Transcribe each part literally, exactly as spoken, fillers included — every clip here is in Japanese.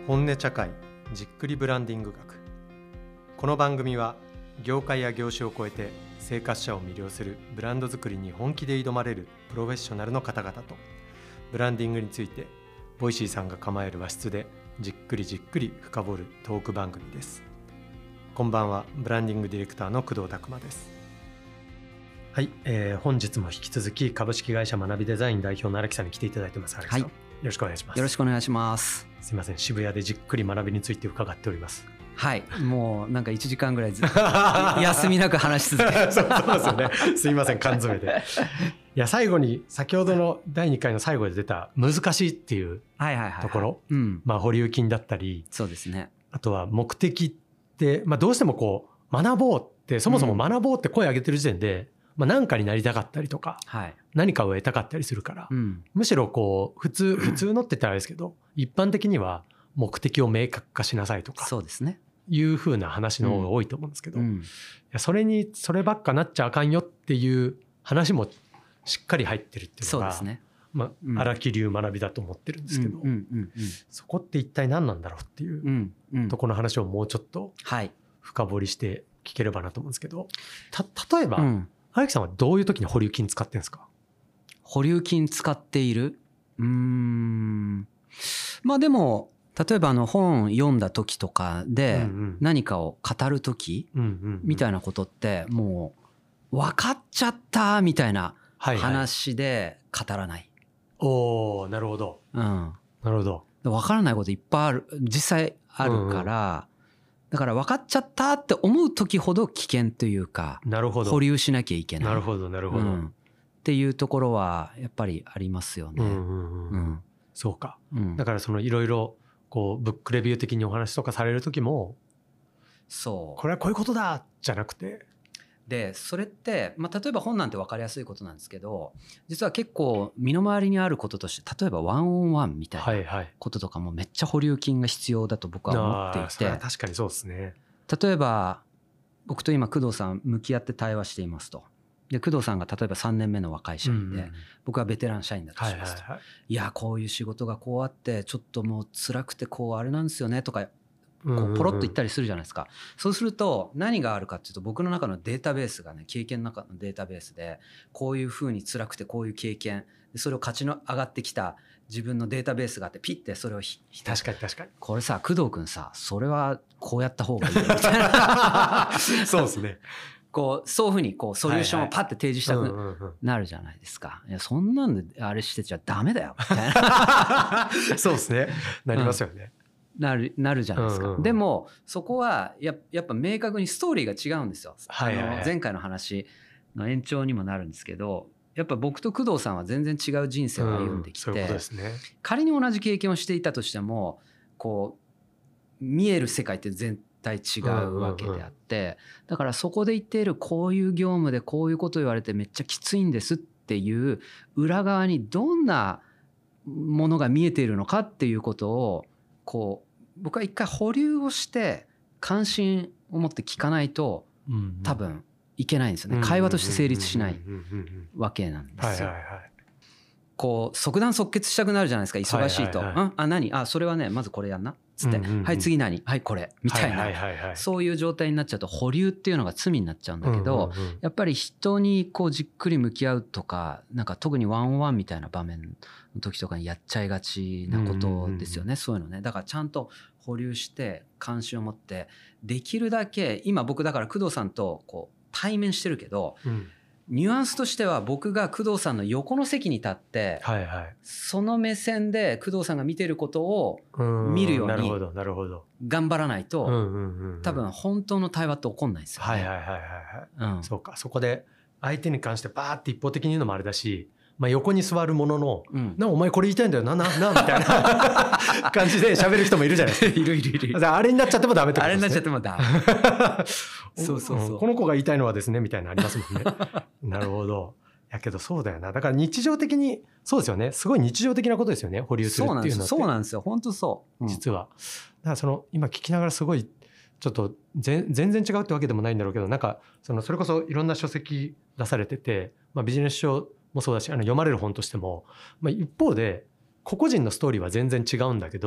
本音茶会じっくりブランディング学。この番組は業界や業種を超えて生活者を魅了するブランド作りに本気で挑まれるプロフェッショナルの方々とブランディングについてボイシーさんが構える和室でじっくりじっくり深掘るトーク番組です。こんばんは、ブランディングディレクターの工藤拓馬です。はい、えー、本日も引き続き株式会社学びデザイン代表の荒木さんに来ていただいてます。荒木さん、はい、よろしくお願いします。 よろしくお願いします。 すいません、渋谷でじっくり学びについて伺っております。 はい、もうなんかいちじかんぐらいずっと休みなく話し続けてそうそうですよね。すいません、缶詰で。いや、最後に先ほどのだいにかいの最後で出た難しいっていうところ、まあ保留金だったり、 そうですね。 あとは目的って、まあ、どうしてもこう学ぼうってそもそも学ぼうって声上げてる時点で、まあ、何かになりたかったりとか、はい、何かを得たかったりするから、うん、むしろこう普通普通のって言ったらあれですけど、一般的には目的を明確化しなさいとか、 そうですね、 いう風な話の方が多いと思うんですけど、うん、いやそれにそればっかなっちゃあかんよっていう話もしっかり入ってるっていうのが、 そうですね、 まあ、荒木流学びだと思ってるんですけど、うんうんうんうん、そこって一体何なんだろうっていう、うんうん、とこの話をもうちょっと深掘りして聞ければなと思うんですけど、た例えば、うん荒木さんはどういう時に保留金使ってるんですか？ 保留金使っている？うーん。まあでも、例えばあの本読んだ時とかで何かを語る時みたいなことってもう分かっちゃったみたいな話で語らない。はいはい、 おー、なるほど。うん。なるほど。 分からないこといっぱいある、実際あるから、うんうんだから分かっちゃったって思う時ほど危険というか、なるほど、保留しなきゃいけない。 なるほどなるほど、うん、 っていうところはやっぱりありますよね。うんうんうんうん、そうか、うん、だからそのいろいろこうブックレビュー的にお話とかされる時も、そうこれはこういうことだじゃなくて、 でそれって、まあ、例えば本なんて分かりやすいことなんですけど、実は結構身の回りにあることとして、例えばワンオンワンみたいなこととかもめっちゃ保留金が必要だと僕は思っていて、 それは確かにそうですね。 例えば僕と今工藤さん向き合って対話していますと。で工藤さんが例えばさんねんめの若い社員で、うんうん、僕はベテラン社員だとしますと、はいはいはい、いやこういう仕事がこうあってちょっともう辛くてこうあれなんですよねとかこうポロッと言ったりするじゃないですか、うんうんうん、そうすると何があるかっていうと、僕の中のデータベースがね、経験の中のデータベースでこういうふうに辛くてこういう経験で、それを勝ちの上がってきた自分のデータベースがあって、ピッてそれをひ確かに確かにこれさ工藤君さ、それはこうやった方がいいみたいなそうですね、 こうそういうふうにこうソリューションをパッて提示したくなるじゃないですか。いやそんなんであれしてちゃダメだよみたいなそうですね、なりますよね、 うん、なるなるじゃないですか、うんうんうん、でもそこは や, やっぱ明確にストーリーが違うんですよ、はいはいはい、あの前回の話の延長にもなるんですけど、やっぱ僕と工藤さんは全然違う人生を歩んできて、うん、そういうことですね。仮に同じ経験をしていたとしても、こう見える世界って全体違うわけであって、うんうんうん、だからそこで言っているこういう業務でこういうこと言われてめっちゃきついんですっていう裏側にどんなものが見えているのかっていうことをこう僕は一回保留をして関心を持って聞かないと多分いけないんですよね。会話として成立しないわけなんですよ。こう即断即決したくなるじゃないですか、忙しいと、はいはいはい、んあ何あそれはねまずこれやんなつって、うんうんうん、はい次何はいこれみたいな、はいはいはいはい、そういう状態になっちゃうと保留っていうのが罪になっちゃうんだけど、うんうんうん、やっぱり人にこうじっくり向き合うとか、なんか特にワンオンワンみたいな場面の時とかにやっちゃいがちなことですよね、うんうんうん、そういうのね。だからちゃんと保留して関心を持って、できるだけ今僕だから工藤さんとこう対面してるけど、うんニュアンスとしては僕が工藤さんの横の席に立って、はいはい、その目線で工藤さんが見てることを見るように頑張らないと、多分本当の対話って起こんないですよね。はいはいはいはい、 うん、そうか、そこで相手に関してバーって一方的に言うのもあれだし、まあ、横に座るものの、うん、なお前これ言いたいんだよなななみたいな感じで喋る人もいるじゃないですか。 いるいるいる。 あれになっちゃってもダメってことですね。 あれになっちゃってもダメそうそうそう、 うん、この子が言いたいのはですねみたいなのありますもんねなるほど。やけどそうだよな、だから日常的にそうですよね、すごい日常的なことですよね、保留するっていうのって。 そうなんですよ、本当そう、うん、 実はだからその今聞きながらすごいちょっと全然違うってわけでもないんだろうけど、なんかそのそれこそいろんな書籍出されてて、まあ、ビジネス書もそうだし、あの読まれる本としても、まあ、一方で個々人のストーリーは全然違うんだけど、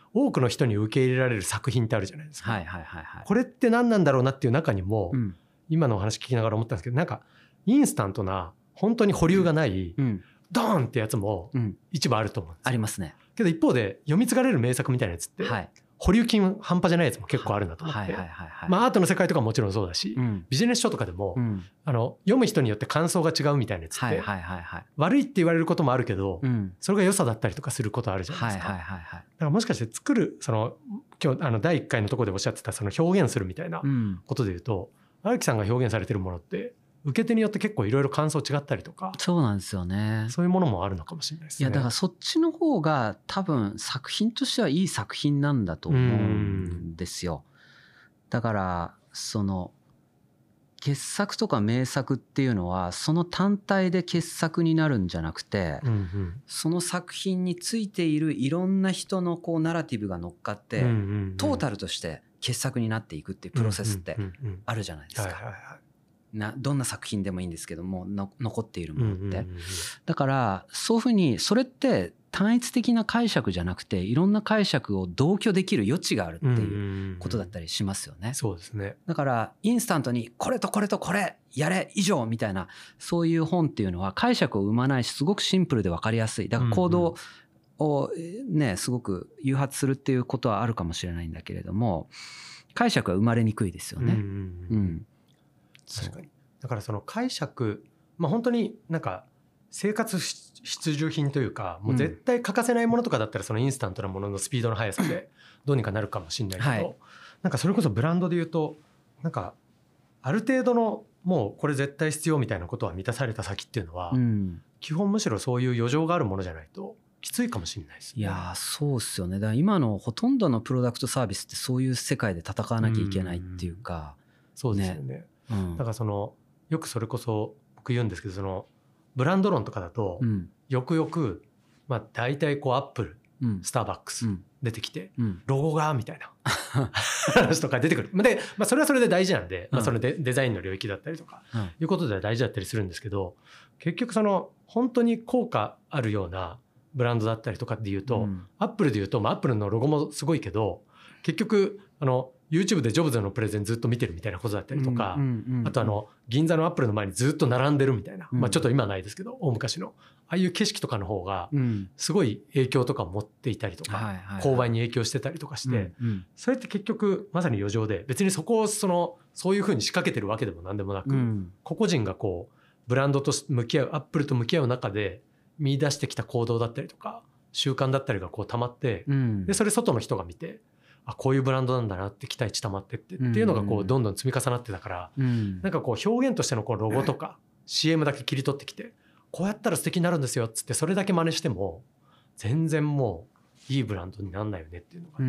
多くの人に受け入れられる作品ってあるじゃないですか、 はいはいはいはい、 これって何なんだろうなっていう中にも、 うん、 今のお話聞きながら思ったんですけど、なんかインスタントな本当に保留がない、うん、ドーンってやつも一部あると思うんですよ、 ありますね。けど一方で読み継がれる名作みたいなやつって、はい、保留金半端じゃないやつも結構あるなと思って、まあアートの世界とかももちろんそうだし、うん、ビジネス書とかでも、うん、あの読む人によって感想が違うみたいなやつって、はいはいはいはい、悪いって言われることもあるけど、うん、それが良さだったりとかすることあるじゃないですか、はいはいはいはい、だからもしかして作るその今日あのだいいっかいのところでおっしゃってたその表現するみたいなことでいうと、荒木さんが表現されてるものって受け手によって結構いろいろ感想違ったりとか、 そうなんですよね。 そういうものもあるのかもしれないですね。 いやだからそっちの方が多分作品としてはいい作品なんだと思うんですよ。だからその傑作とか名作っていうのはその単体で傑作になるんじゃなくて、うんうん、その作品についているいろんな人のこうナラティブが乗っかって、うんうんうん、トータルとして傑作になっていくっていうプロセスってあるじゃないですか。などんな作品でもいいんですけどもの残っているものって、うんうんうん、だからそういうふうにそれって単一的な解釈じゃなくていろんな解釈を同居できる余地があるっていうことだったりしますよね、うんうんうん、 そうですね。 だからインスタントにこれとこれとこれやれ以上みたいなそういう本っていうのは解釈を生まないしすごくシンプルで分かりやすい。だから行動をねすごく誘発するっていうことはあるかもしれないんだけれども解釈は生まれにくいですよね、うんうんうんうん、 確かに。だからその解釈、まあ、本当になんか生活必需品というかもう絶対欠かせないものとかだったらそのインスタントなもののスピードの速さでどうにかなるかもしれないけど、はい、なんかそれこそブランドで言うとなんかある程度のもうこれ絶対必要みたいなことは満たされた先っていうのは、うん、基本むしろそういう余剰があるものじゃないときついかもしれないですね。 いやそうっすよね。だから今のほとんどのプロダクトサービスってそういう世界で戦わなきゃいけないっていうか、 うん、そうですよね、うん、だからそのよくそれこそ僕言うんですけどそのブランド論とかだと、うん、よくよくまあ大体こうアップル、うん、スターバックス出てきて、うん、ロゴがみたいな話とか出てくるで、まあ、それはそれで大事なんで、うんまあ、その デ, デザインの領域だったりとか、うん、いうことでは大事だったりするんですけど結局その本当に効果あるようなブランドだったりとかでいうと、うん、アップルでいうと、まあ、アップルのロゴもすごいけど結局あのYouTube でジョブズのプレゼンずっと見てるみたいなことだったりとか、うんうんうんうん、あとあの銀座のアップルの前にずっと並んでるみたいな、うんまあ、ちょっと今はないですけど大昔のああいう景色とかの方がすごい影響とかを持っていたりとか、うん、購買に影響してたりとかして、はいはいはい、それって結局まさに余剰で別にそこをそのそういうふうに仕掛けてるわけでも何でもなく、うん、個々人がこうブランドと向き合うアップルと向き合う中で見出してきた行動だったりとか習慣だったりがこう溜まって、うん、でそれ外の人が見てあこういうブランドなんだなって期待値溜まってってっていうのがこうどんどん積み重なってたから、うん、なんかこう表現としてのこうロゴとか シーエム だけ切り取ってきてこうやったら素敵になるんですよっつってそれだけ真似しても全然もういいブランドにならないよねっていうのがあって、うん、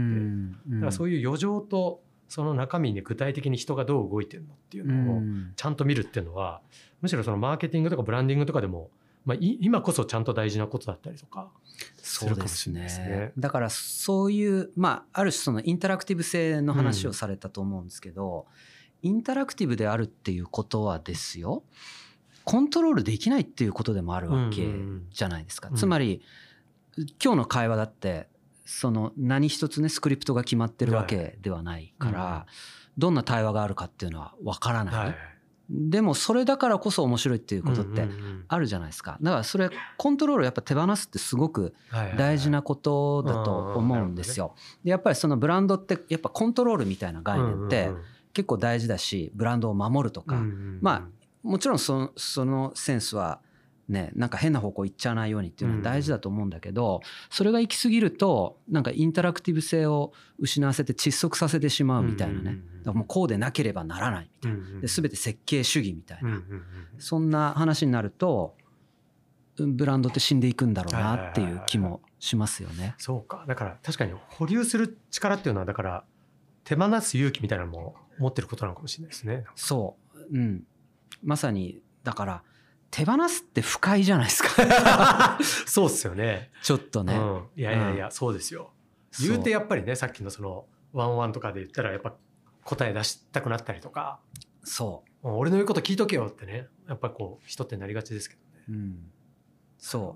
だからそういう余剰とその中身に具体的に人がどう動いてるのっていうのをちゃんと見るっていうのはむしろそのマーケティングとかブランディングとかでもまあ、今こそちゃんと大事なことだったりとかするかもしれないですね。そうですね。 だからそういう、まあ、ある種そのインタラクティブ性の話をされたと思うんですけど、うん、インタラクティブであるっていうことはですよコントロールできないっていうことでもあるわけじゃないですか、うんうん、つまり今日の会話だってその何一つねスクリプトが決まってるわけではないから、はい、どんな対話があるかっていうのは分からない、はいでもそれだからこそ面白いっていうことってあるじゃないですか。だからそれコントロールをやっぱ手放すってすごく大事なことだと思うんですよ。でやっぱりそのブランドってやっぱコントロールみたいな概念って結構大事だしブランドを守るとかまあもちろんそのそのセンスはねなんか変な方向行っちゃわないようにっていうのは大事だと思うんだけどそれが行き過ぎるとなんかインタラクティブ性を失わせて窒息させてしまうみたいなねだからもうこうでなければならないみたいなで全て設計主義みたいなそんな話になるとブランドって死んでいくんだろうなっていう気もしますよね。 そうかだから確かに保留する力っていうのはだから手放す勇気みたいなのも持ってることなのかもしれないですね。 そう、うん、まさにだから手放すって不快じゃないですかそうっすよねちょっとね、うん、 いやいやいや、うん、そうですよ。言うてやっぱりねさっきのそのワンワンとかで言ったらやっぱ答え出したくなったりとかそう俺の言うこと聞いとけよってねやっぱこう人ってなりがちですけどね、 うん、そう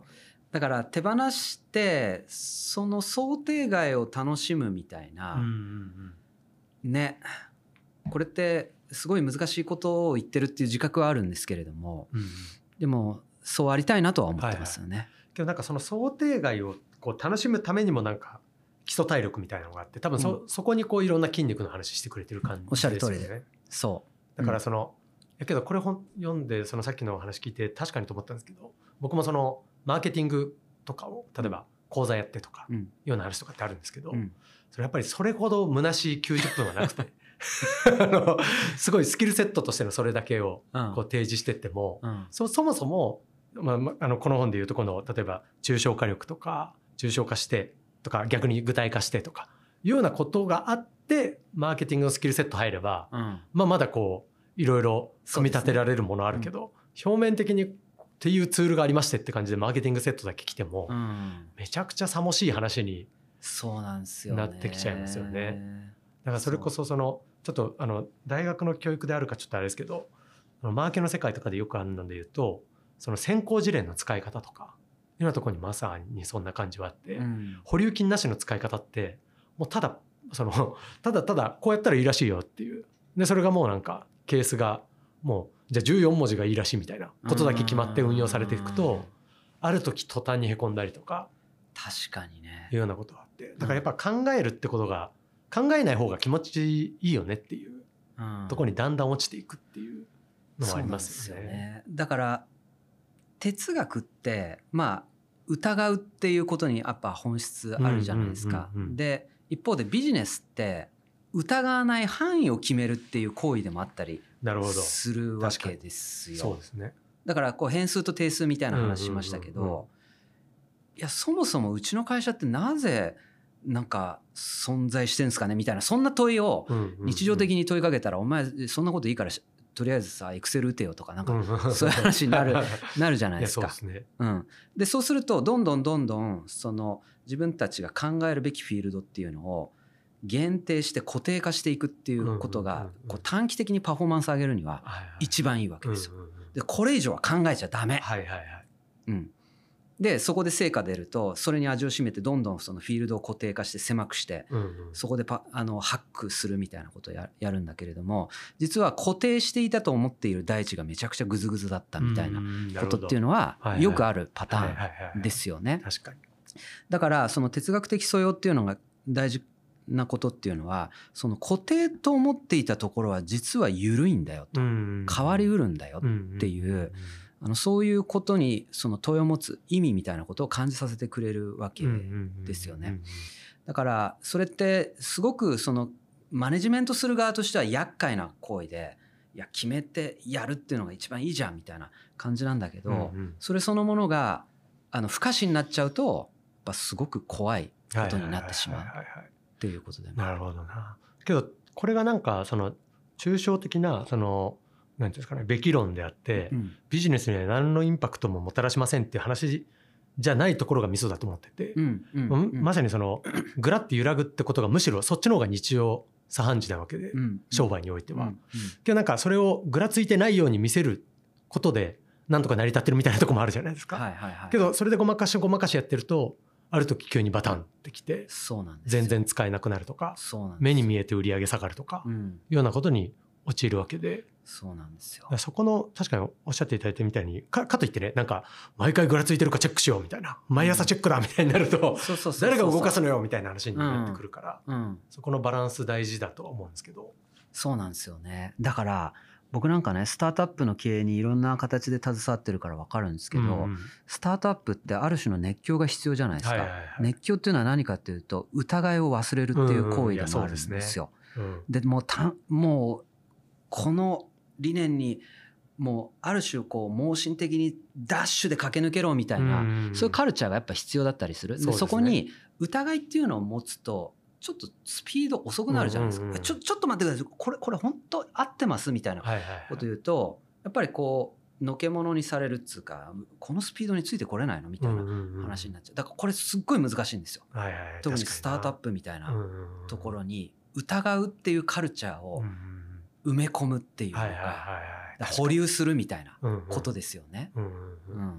だから手放してその想定外を楽しむみたいな、うんうんうん、ね、これってすごい難しいことを言ってるっていう自覚はあるんですけれども、うんうん、でもそうありたいなとは思ってますよね。 はいはい、けどなんかその想定外をこう楽しむためにもなんか基礎体力みたいなのがあって、多分 そ,、うん、そこにこういろんな筋肉の話してくれてる感じですよね。 おっしゃる通りで、そうだからその、うん、やけどこれ本読んでそのさっきの話聞いて確かにと思ったんですけど、僕もそのマーケティングとかを例えば講座やってとかいうような話とかってあるんですけど、うん、それやっぱりそれほど虚しいきゅうじゅっぷんはなくてあのすごいスキルセットとしてのそれだけをこう提示してっても、うん、そ, そもそも、まあ、あのこの本でいうとこの例えば抽象化力とか抽象化してとか逆に具体化してとかいうようなことがあってマーケティングのスキルセット入れば、うん、まあ、まだこういろいろ組み立てられるものあるけど、ね、うん、表面的にっていうツールがありましてって感じでマーケティングセットだけ来ても、うん、めちゃくちゃさもしい話になってきちゃいますよね。だからそれこそそのちょっとあの大学の教育であるかちょっとあれですけど、マーケの世界とかでよくあるので言うとその先行事例の使い方とかいうようなところにまさにそんな感じはあって、うん、保留金なしの使い方ってもうただそのただただこうやったらいいらしいよっていうで、それがもうなんかケースがもうじゃあじゅうよん文字がいいらしいみたいなことだけ決まって運用されていくと、ある時途端にへこんだりとか確かにねいうようなことがあって、だからやっぱ考えるってことが考えない方が気持ちいいよねっていうところにだんだん落ちていくっていうのはありますよね。 そうなんですよね。だから哲学ってまあ疑うっていうことにやっぱ本質あるじゃないですか。で一方でビジネスって疑わない範囲を決めるっていう行為でもあったりするわけですよ。 そうですね。 だからこう変数と定数みたいな話しましたけど、いやそもそもうちの会社ってなぜなんか存在してんですかねみたいな、そんな問いを日常的に問いかけたら、お前そんなこといいからとりあえずさエクセル打てよとかなんかそういう話になるなるじゃないですか。 そうですね。 うん。でそうするとどんどんどんどんその自分たちが考えるべきフィールドっていうのを限定して固定化していくっていうことがこう短期的にパフォーマンス上げるには一番いいわけですよ。でこれ以上は考えちゃダメ。 はいはいはい。 うん。でそこで成果出るとそれに味を占めてどんどんそのフィールドを固定化して狭くして、うんうん、そこでパあのハックするみたいなことを や, やるんだけれども、実は固定していたと思っている大地がめちゃくちゃグズグズだったみたいなことっていうのはよくあるパターンですよね。 確かに。 だからその哲学的素養っていうのが大事なことっていうのは、その固定と思っていたところは実は緩いんだよと、変わりうるんだよっていう、あのそういうことにその問いを持つ意味みたいなことを感じさせてくれるわけですよね。だからそれってすごくそのマネジメントする側としては厄介な行為で、いや決めてやるっていうのが一番いいじゃんみたいな感じなんだけど、それそのものがあの不可視になっちゃうとやっぱすごく怖いことになってしまうっていうことで、ね、 なるほどな。けどこれがなんかその抽象的なそのなんていうんですかね、べき論であって、うん、ビジネスには何のインパクトももたらしませんっていう話じゃないところがミソだと思ってて、うんうんうん、まさにそのグラッて揺らぐってことがむしろそっちの方が日常茶飯事なわけで、うん、商売においては、うんうん、けどなんかそれをぐらついてないように見せることでなんとか成り立ってるみたいなところもあるじゃないですか、はいはいはい、けどそれでごまかしごまかしやってるとある時急にバタンってきて全然使えなくなるとか、目に見えて売り上げ下がるとかいうようなことに陥るわけで、 そうなんですよ。 そこの確かにおっしゃっていただいたみたいに か, かといってね、なんか毎回ぐらついてるかチェックしようみたいな、毎朝チェックだみたいになると誰が動かすのよみたいな話になってくるから、うんうん、そこのバランス大事だとは思うんですけど。 そうなんですよね。だから僕なんかねスタートアップの経営にいろんな形で携わってるから分かるんですけど、うんうん、スタートアップってある種の熱狂が必要じゃないですか、はいはいはい、熱狂っていうのは何かっていうと疑いを忘れるっていう行為でもあるんですよ。でもうたもうこの理念にもうある種こう盲信的にダッシュで駆け抜けろみたいな、そういうカルチャーがやっぱ必要だったりする。でそこに疑いっていうのを持つとちょっとスピード遅くなるじゃないですか、うんうんうん、ちょ、ちょっと待ってください、これこれ本当合ってますみたいなこと言うと、はいはいはい、やっぱりこうのけものにされるっつうか、このスピードについてこれないのみたいな話になっちゃう。だからこれすっごい難しいんですよ、はいはいはい、特にスタートアップみたいなところに疑うっていうカルチャーを埋め込むっていうのが保留するみたいなことですよね。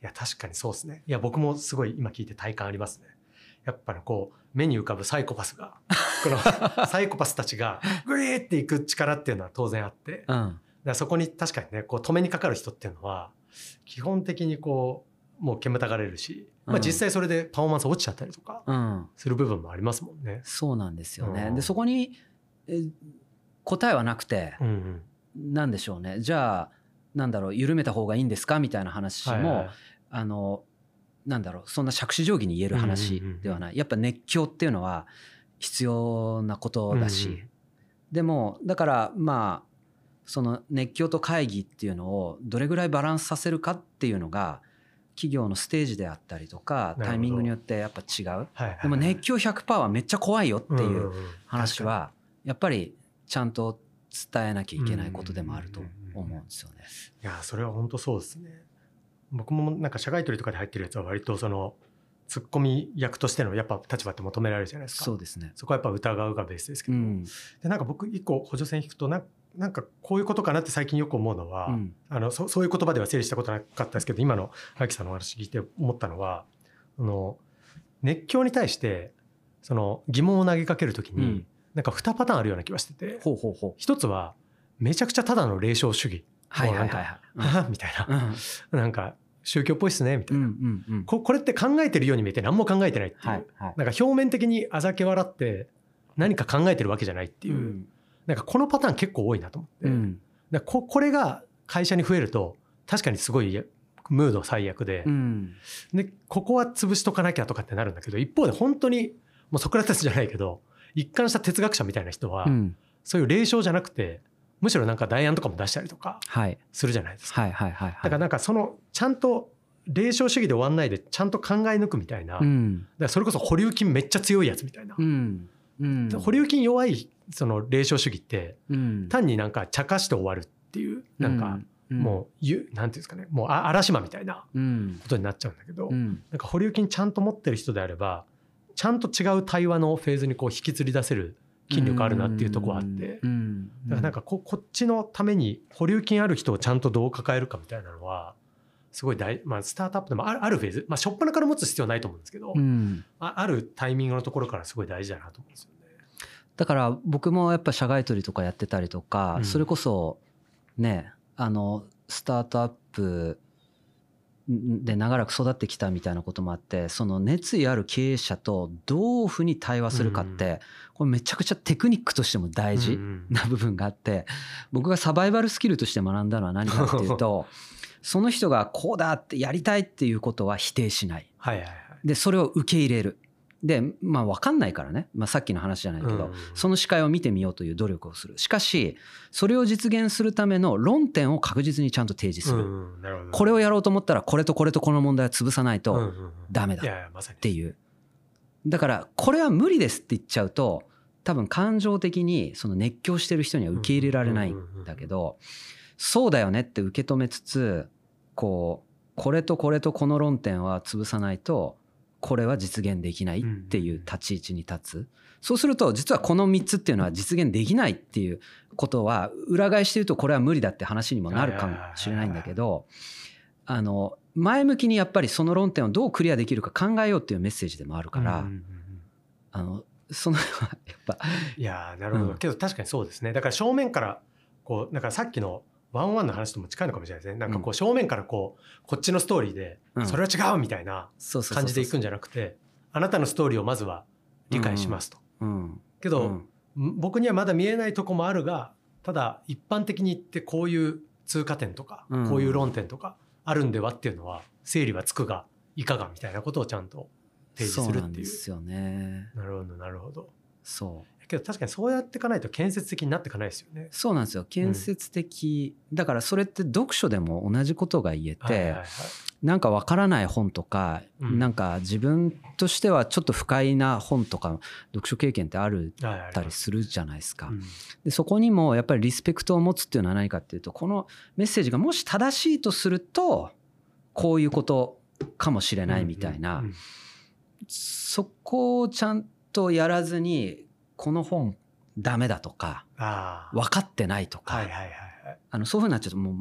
いや確かにそうですね。いや僕もすごい今聞いて体感ありますね。やっぱりこう目に浮かぶサイコパスがこのサイコパスたちがグイーっていく力っていうのは当然あって、うん、だからそこに確かにねこう止めにかかる人っていうのは基本的にこうもう煙たがれるし、まあ、実際それでパフォーマンス落ちちゃったりとかする部分もありますもんね、うん、 そうなんですよね、うん、でそこにえ答えはなくて、うんうん、なんでしょうね、じゃあなんだろう緩めた方がいいんですかみたいな話も、はいはい、あのなんだろうそんな杓子定規に言える話ではない、うんうんうん、やっぱ熱狂っていうのは必要なことだし、うんうん、でもだからまあその熱狂と会議っていうのをどれぐらいバランスさせるかっていうのが企業のステージであったりとかタイミングによってやっぱ違う、はいはいはい、でも熱狂 ひゃくパーセント はめっちゃ怖いよっていう話はやっぱりちゃんと伝えなきゃいけないことでもあると思うんですよね。 いやそれは本当そうですね。僕もなんか社外取りとかで入ってるやつは割とそのツッコミ役としてのやっぱ立場って求められるじゃないですか。 そうですね。 そこはやっぱ疑うがベースですけど、うん、でなんか僕一個補助線引くとななんかこういうことかなって最近よく思うのは、うん、あの そ, そういう言葉では整理したことなかったですけど今の荒木さんのお話聞いて思ったのはあの熱狂に対してその疑問を投げかけるときに、うん、なんかにパターンあるような気がしてて、ほうほうほう、一つはめちゃくちゃただの霊障主義、はいはいはいはい、みたいな、うん、なんか宗教っぽいっすねみたいな、うんうんうん、こ, これって考えてるように見えて何も考えてないっていう、はいはい、なんか表面的にあざけ笑って何か考えてるわけじゃないっていう、うん、なんかこのパターン結構多いなと思って、うん、だこ, これが会社に増えると確かにすごいムード最悪 で,、うん、でここは潰しとかなきゃとかってなるんだけど、一方で本当にもうソクラテスじゃないけど一貫した哲学者みたいな人は、うん、そういう霊障じゃなくてむしろなんか代案とかも出したりとかするじゃないですか。はいはいはいはい、だからなんかそのちゃんと霊障主義で終わんないでちゃんと考え抜くみたいな、うん、だからそれこそ保留金めっちゃ強いやつみたいな、うんうん、保留金弱いその霊障主義って、うん、単になんか茶化して終わるっていうなんかもうなんていうんですかね、もう嵐島みたいなことになっちゃうんだけど、うん、なんか保留金ちゃんと持ってる人であればちゃんと違う対話のフェーズにこう引きずり出せる筋力あるなっていうところがあって、うん、だからなんか こ, こっちのために保留金ある人をちゃんとどう抱えるかみたいなのはすごい大、まあ、スタートアップでもある、あるフェーズ、まあ、初っ端から持つ必要はないと思うんですけど、うん、あ, あるタイミングのところからすごい大事だなと思うんですよね。 だから僕もやっぱ社外取りとかやってたりとか、うん、それこそねあのスタートアップで長らく育ってきたみたいなこともあって、その熱意ある経営者とどういうふうに対話するかって、これめちゃくちゃテクニックとしても大事な部分があって、僕がサバイバルスキルとして学んだのは何かっていうとその人がこうだってやりたいっていうことは否定しない、はいはいはい、でそれを受け入れる。でまあ分かんないからね、まあ、さっきの話じゃないけど、うん、その視界を見てみようという努力をする。しかしそれを実現するための論点を確実にちゃんと提示する、うん、なるほど。これをやろうと思ったらこれとこれとこの問題を潰さないとダメだっていう。だからこれは無理ですって言っちゃうと多分感情的にその熱狂してる人には受け入れられないんだけど、そうだよねって受け止めつつ、こうこれとこれとこの論点は潰さないとこれは実現できないっていう立ち位置に立つ。そうすると実はこのみっつっていうのは実現できないっていうことは裏返して言うとこれは無理だって話にもなるかもしれないんだけど、あの前向きにやっぱりその論点をどうクリアできるか考えようっていうメッセージでもあるから、あのそのやっぱいやなるほど、けど確かにそうですね。だから正面からこうだからさっきのワンワンの話とも近いのかもしれないですね。なんかこう正面からこうこっちのストーリーでそれは違うみたいな感じでいくんじゃなくて、あなたのストーリーをまずは理解しますと、うんうん、けど、うん、僕にはまだ見えないとこもあるが、ただ一般的に言ってこういう通過点とか、うん、こういう論点とかあるんではっていうのは整理はつくがいかがみたいなことをちゃんと提示するっていう。 そうなんですよね。 なるほどなるほど。 そうけど確かにそうやっていかないと建設的になっていかないですよね。 そうなんですよ、建設的、うん、だからそれって読書でも同じことが言えて、はいはいはい、なんかわからない本とか、うん、なんか自分としてはちょっと不快な本とか読書経験ってあるたりするじゃないですか、はいはいはい、でそこにもやっぱりリスペクトを持つっていうのは何かっていうと、このメッセージがもし正しいとするとこういうことかもしれないみたいな、うんうんうん、そこをちゃんとやらずにこの本ダメだとか分かってないとか、はいはいはいはい、あのそういうふうになっちゃうともう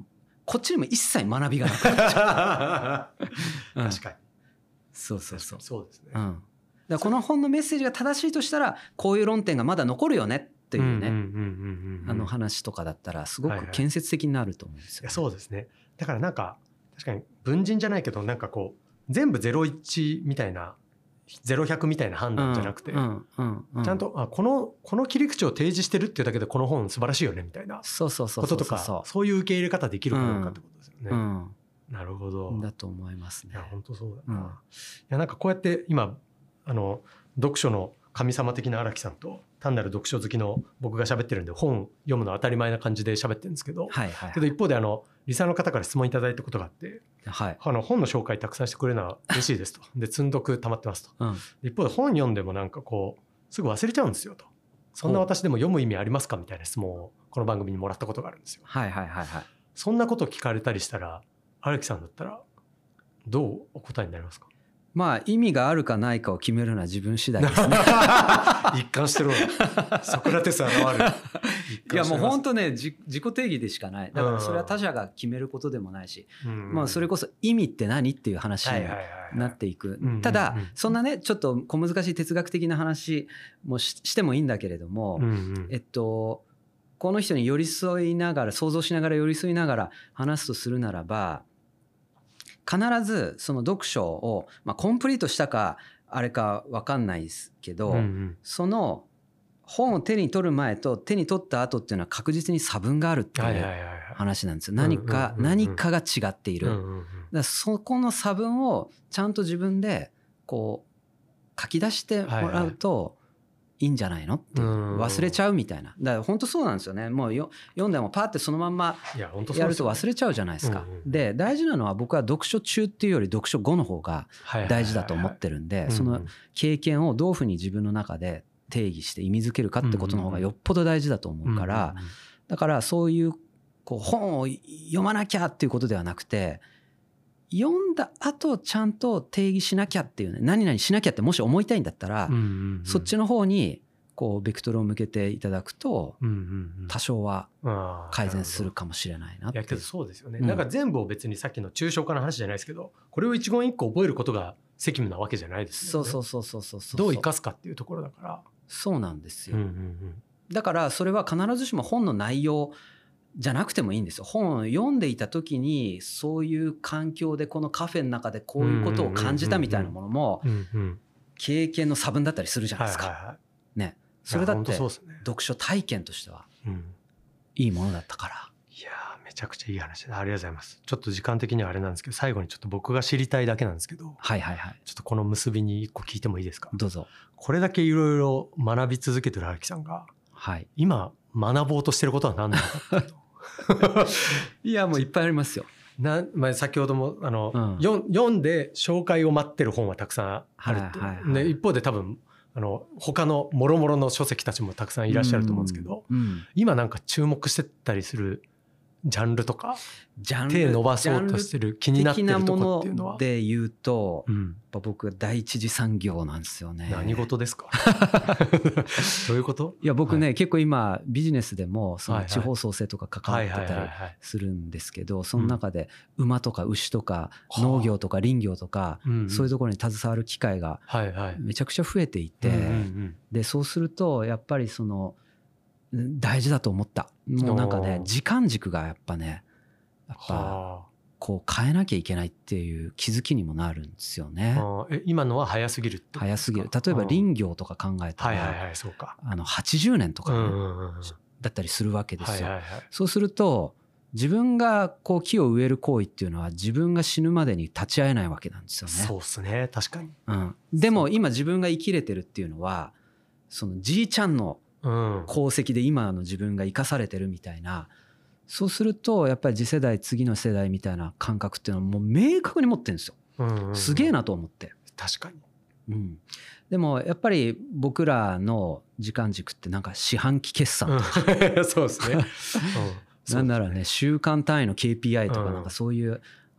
こっちにも一切学びがなくなっちゃう、うん、 確かにそうそうそうそうですね、 うん、だからこの本のメッセージが正しいとしたらこういう論点がまだ残るよねっていうねあの話とかだったらすごく建設的になると思うんですよ、ね、 はいはい、そうですね。だからなんか確かに文人じゃないけどなんかこう全部ゼロイチみたいなゼロひゃくみたいな判断じゃなくて、うんうんうん、ちゃんとあこのこの切り口を提示してるっていうだけでこの本素晴らしいよねみたいなこととかそういう受け入れ方できるかどうかってことですよね、うんうん、なるほどだと思いますね。 いや本当そうだな、うん、いやなんかこうやって今あの読書の神様的な荒木さんと単なる読書好きの僕が喋ってるんで本読むの当たり前な感じで喋ってるんですけど、はいはいはい、けど一方であのリサーの方から質問いただいたことがあって、はい、あの本の紹介たくさんしてくれるのは嬉しいですとで積んどく溜まってますと、うん、一方で本読んでもなんかこうすぐ忘れちゃうんですよとそんな私でも読む意味ありますかみたいな質問をこの番組にもらったことがあるんですよ、はいはいはいはい、そんなこと聞かれたりしたら荒木さんだったらどうお答えになりますか？ まあ意味があるかないかを決めるのは自分次第ですね一貫してるソクラテス現るいやもう本当ね自己定義でしかないだからそれは他者が決めることでもないし、うん、まあそれこそ意味って何っていう話になっていくただそんなねちょっと小難しい哲学的な話も し, してもいいんだけれども、うんうん、えっとこの人に寄り添いながら想像しながら寄り添いながら話すとするならば必ずその読書を、まあ、コンプリートしたかあれか分かんないですけど、うんうん、その本を手に取る前と手に取った後っていうのは確実に差分があるっていう話なんですよ。何か何かが違っている。だからそこの差分をちゃんと自分でこう書き出してもらうといいんじゃないのって忘れちゃうみたいな。だから本当そうなんですよね。もうよ読んでもパーってそのまんまやると忘れちゃうじゃないですか。で大事なのは僕は読書中っていうより読書後の方が大事だと思ってるんでその経験をどういうふうに自分の中で定義して意味づけるかってことの方がよっぽど大事だと思うからだからそういうこう本を読まなきゃっていうことではなくて読んだ後ちゃんと定義しなきゃっていうね何々しなきゃってもし思いたいんだったら、うんうんうん、そっちの方にこうベクトルを向けていただくと、うんうんうん、多少は改善するかもしれないなって。 いやけどそうですよね、うん、なんか全部を別にさっきの抽象化の話じゃないですけどこれを一言一句覚えることが責務なわけじゃないですよね。 そうそうそうそうそうどう生かすかっていうところだからそうなんですよ、うんうんうん、だからそれは必ずしも本の内容じゃなくてもいいんですよ。本を読んでいた時にそういう環境でこのカフェの中でこういうことを感じたみたいなものも経験の差分だったりするじゃないですか。ね、それだって読書体験としてはいいものだったから。 いやーめちゃくちゃいい話でありがとうございます。ちょっと時間的にはあれなんですけど最後にちょっと僕が知りたいだけなんですけど、はいはいはい、ちょっとこの結びに一個聞いてもいいですか？ どうぞ。 これだけいろいろ学び続けてる荒木さんが、はい、今学ぼうとしてることは何なのかっていうのいやもういっぱいありますよ。 な、まあ、先ほどもあの、うん、読んで紹介を待ってる本はたくさんあるって、はいはいはい、で一方で多分あの他のもろもろの書籍たちもたくさんいらっしゃると思うんですけど、うんうん、今なんか注目してたりするジャンルとか手伸ばそうとしてる気になってるとこっていうのはで言うと、うん、僕は第一次産業なんですよね。 何事ですかどういうこと？ いや僕ね、はい、結構今ビジネスでもその地方創生とか関わってたりするんですけどその中で馬とか牛とか農業とか林業とかそういうところに携わる機会がめちゃくちゃ増えていてでそうするとやっぱりその大事だと思った。もうなんかね時間軸がやっぱねやっぱこう変えなきゃいけないっていう気づきにもなるんですよね。 え今のは早すぎるってことですか？ 早すぎる。例えば林業とか考えたらあのはちじゅうねんとかねだったりするわけですよ。そうすると自分がこう木を植える行為っていうのは自分が死ぬまでに立ち会えないわけなんですよね。 そうですね確かに、 うん、でも今自分が生きれてるっていうのはそのじいちゃんの功績で今の自分が生かされてるみたいなそうするとやっぱり次世代次の世代みたいな感覚っていうのはもう明確に持ってるんですよ、うんうんうん、すげえなと思って確かに、 うん、でもやっぱり僕らの時間軸ってなんか四半期決算とか、 うん、そうですね、 うん、なんならね週間単位の ケーピーアイ とかなんかそういう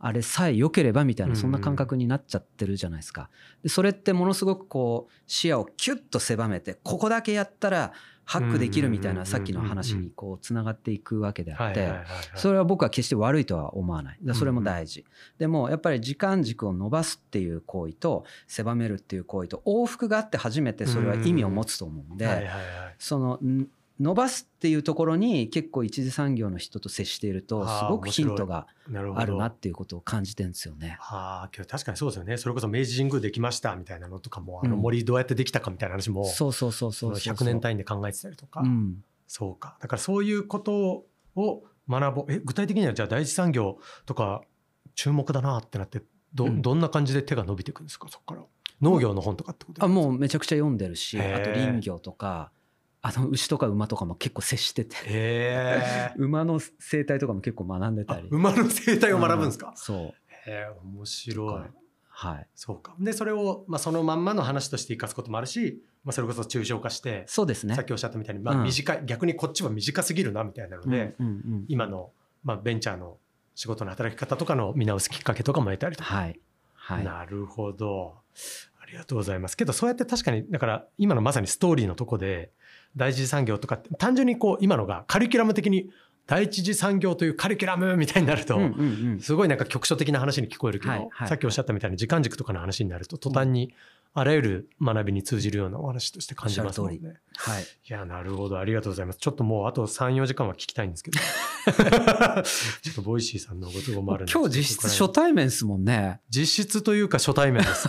あれさえ良ければみたいなそんな感覚になっちゃってるじゃないですか。でそれってものすごくこう視野をキュッと狭めてここだけやったらハックできるみたいなさっきの話にこうつながっていくわけであってそれは僕は決して悪いとは思わない。それも大事。でもやっぱり時間軸を伸ばすっていう行為と狭めるっていう行為と往復があって初めてそれは意味を持つと思うんでその伸ばすっていうところに結構一次産業の人と接しているとすごくヒントがあるなっていうことを感じてるんですよね。 はあ、けど確かにそうですよね。それこそ明治神宮できましたみたいなのとかも、あの森どうやってできたかみたいな話も、 そうそうそうそうひゃくねん単位で考えてたりとか、うん、そうか。だからそういうことを学ぼう。え具体的にはじゃあ第一産業とか注目だなってなって ど,、うん、どんな感じで手が伸びていくんですか？そこから農業の本とかってことですか？ あもうめちゃくちゃ読んでるし、あと林業とかあの牛とか馬とかも結構接しててへ馬の生態とかも結構学んでたり。 馬の生態を学ぶんですか？ そう。 へー面白い。 はい、 そうか。でそれを、まあ、そのまんまの話として生かすこともあるし、まあ、それこそ抽象化してそうですね。 さっきおっしゃったみたいに、まあ短いうん、逆にこっちは短すぎるなみたいなので、うんうんうん、今の、まあ、ベンチャーの仕事の働き方とかの見直すきっかけとかも得たりとか、 はいはい、 なるほど。ありがとうございます。けどそうやって確かにだから今のまさにストーリーのとこで第一次産業とかって単純にこう今のがカリキュラム的に第一次産業というカリキュラムみたいになるとすごいなんか局所的な話に聞こえるけど、さっきおっしゃったみたいな時間軸とかの話になると途端にあらゆる学びに通じるようなお話として感じますもんね。 はい、 いやなるほど、ありがとうございます。ちょっともうあと さん,よ 時間は聞きたいんですけどちょっとボイシーさんのご都合もあるんですけど、 今日実質初対面ですもんね。 実質というか初対面です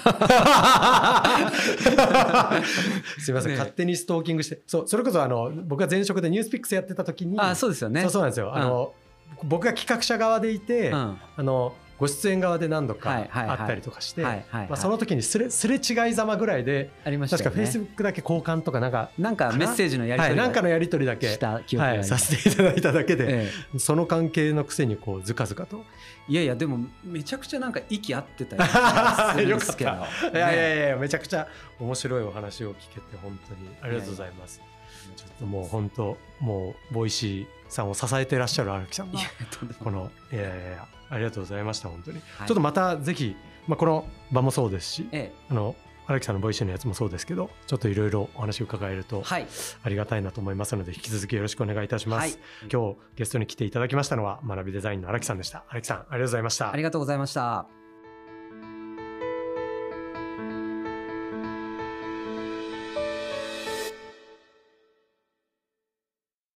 すいません、ね、勝手にストーキングして。そうそれこそあの僕が前職でニュースピックスやってた時にあそうですよね。 そうそうなんですよ、うん、あの僕が企画者側でいて、うん、あのご出演側で何度かあったりとかしてその時にすれ、すれ違いざまぐらいでありましたよね。確かフェイスブックだけ交換とかなんかなんかメッセージのやり取り、 はい、なんかのやり取りだけした記憶があります、はい、させていただいただけで、ええ、その関係のくせにこうずかずかと。 いやいやでもめちゃくちゃなんか息合ってたりするんですけどよかった、ね、いやいやいやめちゃくちゃ面白いお話を聞けて本当にありがとうございます。ちょっともう本当もうボイシーさんを支えていらっしゃる荒木さんがこのいやいやいやありがとうございました本当に、はい、ちょっとまたぜひ、まあ、この場もそうですし、ええ、あの荒木さんのボイシーのやつもそうですけどちょっといろいろお話を伺えるとありがたいなと思いますので、はい、引き続きよろしくお願いいたします、はい、今日ゲストに来ていただきましたのは学びデザインの荒木さんでした。荒木さんありがとうございました。 ありがとうございました。